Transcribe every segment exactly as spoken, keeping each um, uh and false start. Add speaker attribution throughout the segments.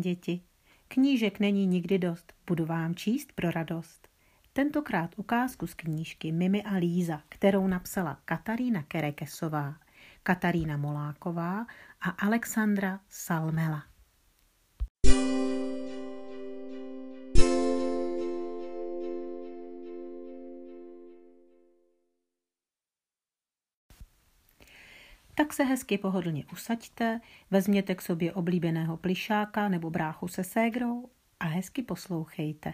Speaker 1: děti. Knížek není nikdy dost, budu vám číst pro radost. Tentokrát ukázku z knížky Mimi a Líza, kterou napsala Katarína Kerekesová, Katarína Moláková a Alexandra Salmela. Tak se hezky pohodlně usaďte, vezměte k sobě oblíbeného plišáka nebo bráchu se ségrou a hezky poslouchejte.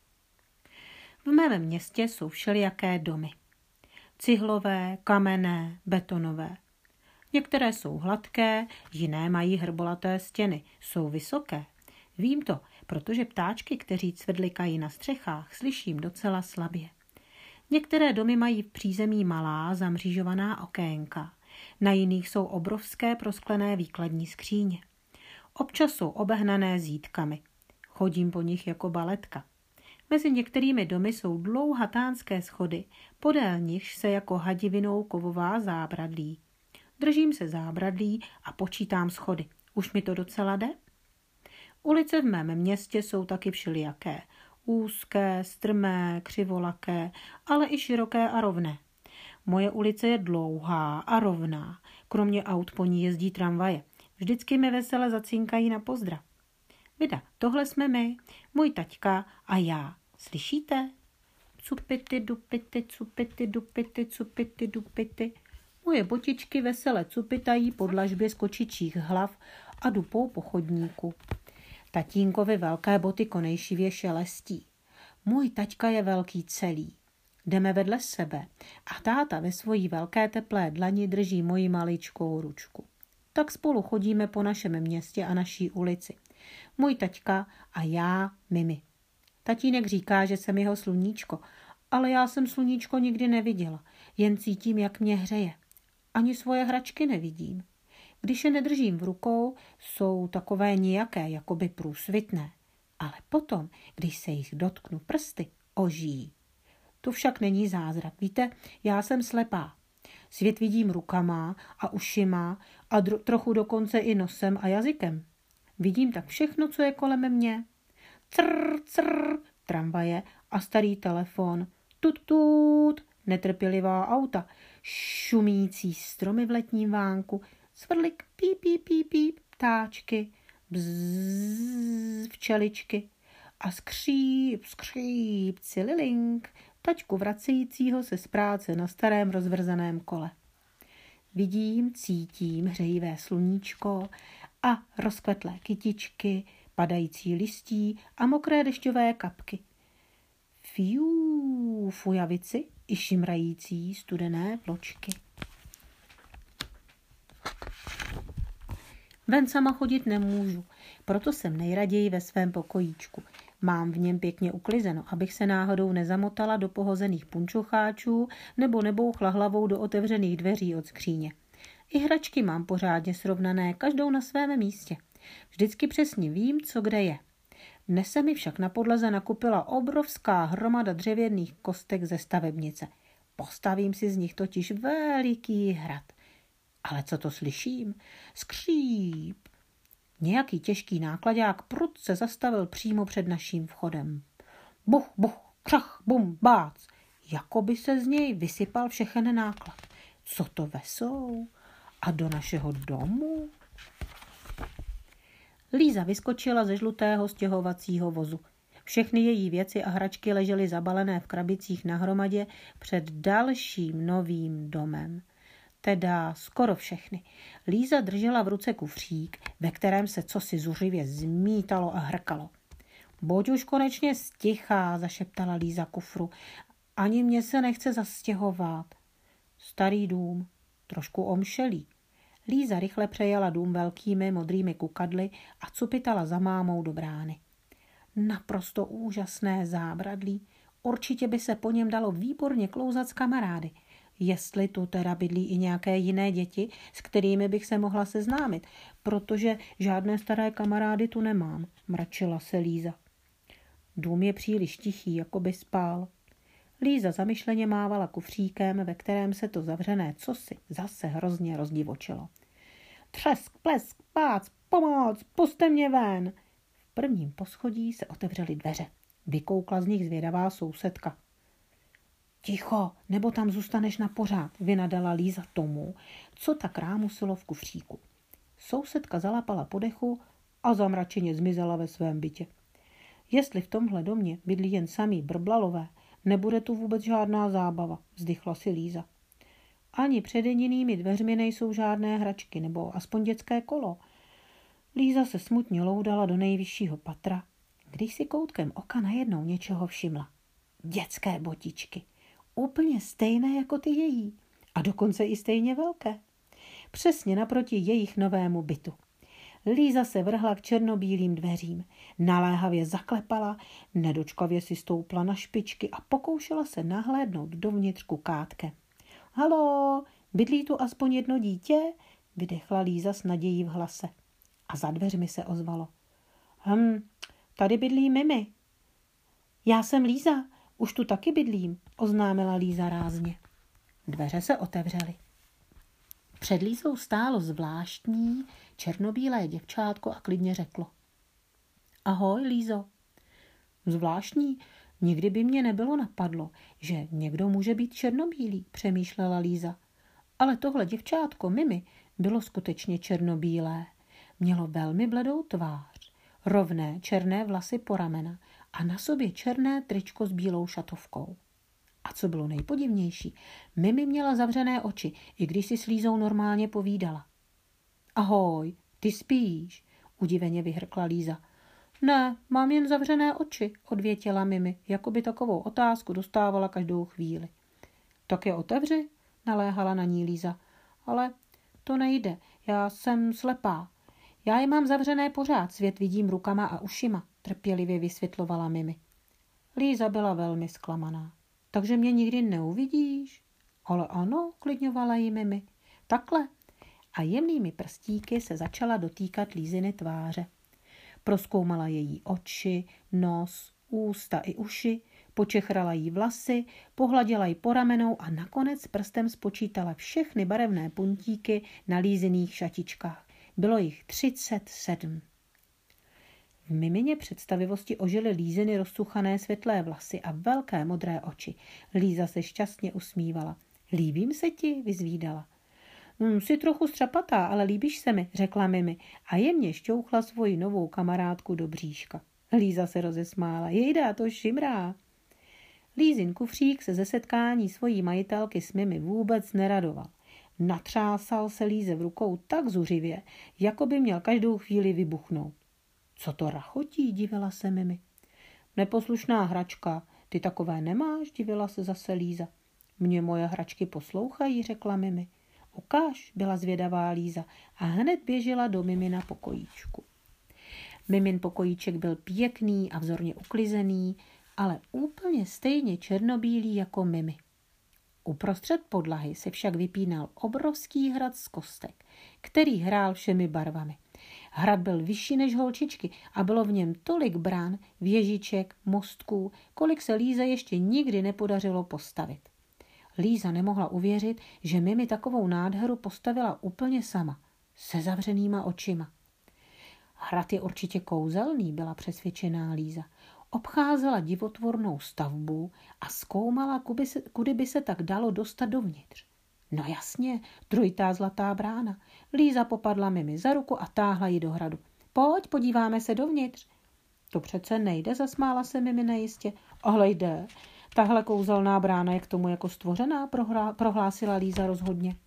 Speaker 1: V mém městě jsou všelijaké domy. Cihlové, kamenné, betonové. Některé jsou hladké, jiné mají hrbolaté stěny, jsou vysoké. Vím to, protože ptáčky, kteří cvrlikají na střechách, slyším docela slabě. Některé domy mají v přízemí malá, zamřížovaná okénka. Na jiných jsou obrovské prosklené výkladní skříně. Občas jsou obehnané zítkami. Chodím po nich jako baletka. Mezi některými domy jsou dlouhatánské schody, podél nich se jako hadivinou kovová zábradlí. Držím se zábradlí a počítám schody. Už mi to docela jde? Ulice v mém městě jsou taky všelijaké. Úzké, strmé, křivolaké, ale i široké a rovné. Moje ulice je dlouhá a rovná. Kromě aut po ní jezdí tramvaje. Vždycky mi vesele zacínkají na pozdrav. Vida, tohle jsme my, můj taťka a já. Slyšíte? Cupity, dupity, cupity, dupity, cupity, dupity. Moje botičky vesele cupitají po dlažbě z kočičích hlav a dupou po chodníku. Tatínkovi velké boty konejšivě šelestí. Můj taťka je velký celý. Jdeme vedle sebe a táta ve svojí velké teplé dlani drží moji maličkou ručku. Tak spolu chodíme po našem městě a naší ulici. Můj taťka a já, Mimi. Tatínek říká, že jsem jeho sluníčko, ale já jsem sluníčko nikdy neviděla, jen cítím, jak mě hřeje. Ani svoje hračky nevidím. Když je nedržím v rukou, jsou takové nijaké, jakoby průsvitné. Ale potom, když se jich dotknu prsty, ožijí. To však není zázrak. Víte, já jsem slepá. Svět vidím rukama a ušima a dro- trochu dokonce i nosem a jazykem. Vidím tak všechno, co je kolem mě. Crr, crr, tramvaje a starý telefon. Tut, tut, netrpělivá auta. Šumící stromy v letním vánku. Svrdlik, píp, píp, píp, píp, ptáčky. Bzzz, včeličky. A skříp, skříp, cililink, tačku vracejícího se z práce na starém rozvrzeném kole. Vidím, cítím hřejivé sluníčko a rozkvetlé kytičky, padající listí a mokré dešťové kapky. Fiu, fujavici i šimrající studené vločky. Ven sama chodit nemůžu, proto jsem nejraději ve svém pokojíčku. Mám v něm pěkně uklizeno, abych se náhodou nezamotala do pohozených punčocháčů nebo nebouchla hlavou do otevřených dveří od skříně. I hračky mám pořádně srovnané, každou na svém místě. Vždycky přesně vím, co kde je. Dnes se mi však na podlaze nakupila obrovská hromada dřevěných kostek ze stavebnice. Postavím si z nich totiž veliký hrad. Ale co to slyším? Skříp. Nějaký těžký nákladák prudce zastavil přímo před naším vchodem. Buch, buch, křach, bum, bác. Jakoby se z něj vysypal všechen náklad. Co to vesou? A do našeho domu? Líza vyskočila ze žlutého stěhovacího vozu. Všechny její věci a hračky ležely zabalené v krabicích nahromadě před dalším novým domem. Teda skoro všechny. Líza držela v ruce kufřík, ve kterém se cosi zuřivě zmítalo a hrkalo. Buď už konečně stichá, zašeptala Líza kufru. Ani mě se nechce zastěhovat. Starý dům, trošku omšelý. Líza rychle přejela dům velkými modrými kukadly a cupitala za mámou do brány. Naprosto úžasné zábradlí. Určitě by se po něm dalo výborně klouzat s kamarády. Jestli tu teda bydlí i nějaké jiné děti, s kterými bych se mohla seznámit, protože žádné staré kamarády tu nemám, mračila se Líza. Dům je příliš tichý, jako by spál. Líza zamyšleně mávala kufříkem, ve kterém se to zavřené cosi zase hrozně rozdivočilo. Třesk, plesk, pác, pomoc, puste mě ven. prvním poschodí se otevřely dveře. Vykoukla z nich zvědavá sousedka. Ticho, nebo tam zůstaneš na pořád, vynadala Líza tomu, co tak rámusilo v kufříku. Sousedka zalapala po dechu a zamračeně zmizela ve svém bytě. Jestli v tomhle domě bydlí jen samý brblalové, nebude tu vůbec žádná zábava, vzdychla si Líza. Ani před jedinými dveřmi nejsou žádné hračky, nebo aspoň dětské kolo. Líza se smutně loudala do nejvyššího patra, když si koutkem oka najednou něčeho všimla. Dětské botičky. Úplně stejné jako ty její. A dokonce i stejně velké. Přesně naproti jejich novému bytu. Líza se vrhla k černobílým dveřím. Naléhavě zaklepala, nedočkavě si stoupla na špičky a pokoušela se nahlédnout dovnitř kukátkem. Haló, bydlí tu aspoň jedno dítě? Vydechla Líza s nadějí v hlase. A za dveřmi se ozvalo. Hm, tady bydlí Mimi. Já jsem Líza, už tu taky bydlím, oznámila Líza rázně. Dveře se otevřely. Před Lízou stálo zvláštní, černobílé děvčátko a klidně řeklo. Ahoj, Lízo. Zvláštní, nikdy by mě nebylo napadlo, že někdo může být černobílý, přemýšlela Líza. Ale tohle děvčátko, Mimi, bylo skutečně černobílé. Mělo velmi bledou tvář, rovné černé vlasy po ramena a na sobě černé tričko s bílou šatovkou. A co bylo nejpodivnější, Mimi měla zavřené oči, i když si s Lízou normálně povídala. Ahoj, ty spíš, udiveně vyhrkla Líza. Ne, mám jen zavřené oči, odvětila Mimi, jako by takovou otázku dostávala každou chvíli. Tak je otevři, naléhala na ní Líza. Ale to nejde, já jsem slepá. Já je mám zavřené pořád, svět vidím rukama a ušima, trpělivě vysvětlovala Mimi. Líza byla velmi zklamaná. Takže mě nikdy neuvidíš? Ale ano, klidňovala jí Mimi. Takhle. A jemnými prstíky se začala dotýkat Líziny tváře. Prozkoumala její oči, nos, ústa i uši, počechrala jí vlasy, pohladila jí po ramenou a nakonec prstem spočítala všechny barevné puntíky na Líziných šatičkách. Bylo jich třicet sedm. V Mimině představivosti ožily Líziny rozsuchané světlé vlasy a velké modré oči. Líza se šťastně usmívala. Líbím se ti, vyzvídala. Hm, jsi trochu střapatá, ale líbíš se mi, řekla Mimi a jemně šťouchla svoji novou kamarádku do bříška. Líza se rozesmála. Jejda, to šimrá. Lízin kufřík se ze setkání svojí majitelky s Mimi vůbec neradoval. Natřásal se Líze v rukou tak zuřivě, jako by měl každou chvíli vybuchnout. Co to rachotí, divila se Mimi. Neposlušná hračka, ty takové nemáš, divila se zase Líza. Mě moje hračky poslouchají, řekla Mimi. Ukáž, byla zvědavá Líza a hned běžela do Mimina pokojíčku. Mimin pokojíček byl pěkný a vzorně uklizený, ale úplně stejně černobílý jako Mimi. Uprostřed podlahy se však vypínal obrovský hrad z kostek, který hrál všemi barvami. Hrad byl vyšší než holčičky a bylo v něm tolik brán, věžiček, mostků, kolik se Líze ještě nikdy nepodařilo postavit. Líza nemohla uvěřit, že Mimi takovou nádheru postavila úplně sama, se zavřenýma očima. Hrad je určitě kouzelný, byla přesvědčená Líza. Obcházela divotvornou stavbu a zkoumala, kudy se, kudy by se tak dalo dostat dovnitř. No jasně, trojitá zlatá brána. Líza popadla Mimi za ruku a táhla ji do hradu. Pojď, podíváme se dovnitř. To přece nejde, zasmála se Mimi nejistě. Ale jde. Tahle kouzelná brána je k tomu jako stvořená, prohlásila Líza rozhodně.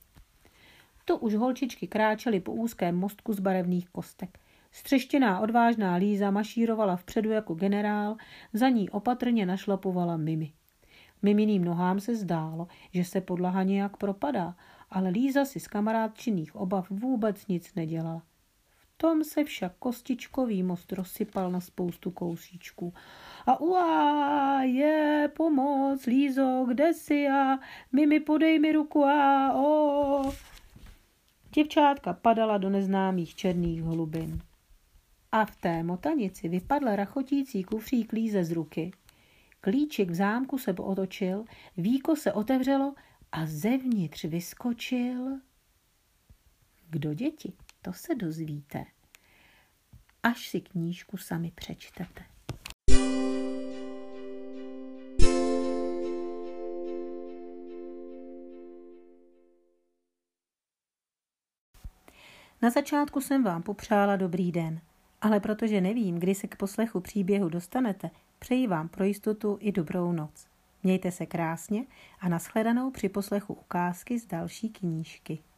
Speaker 1: To už holčičky kráčely po úzkém mostku z barevných kostek. Střeštěná odvážná Líza mašírovala vpředu jako generál, za ní opatrně našlapovala Mimi. Miminým nohám se zdálo, že se podlaha nějak propadá, ale Líza si z kamarádčiných obav vůbec nic nedělala. V tom se však kostičkový most rozsypal na spoustu kousíčků. A uá, je, pomoc, Lízo, kde jsi a Mimi, podej mi ruku a o. Děvčátka padala do neznámých černých hlubin. A v té motanici vypadl rachotící kufřík Líze z ruky. Klíček v zámku se otočil, víko se otevřelo a zevnitř vyskočil. Kdo děti? To se dozvíte. až si knížku sami přečtete. Na začátku jsem vám popřála dobrý den, ale protože nevím, kdy se k poslechu příběhu dostanete, přeji vám pro jistotu i dobrou noc. Mějte se krásně a nashledanou při poslechu ukázky z další knížky.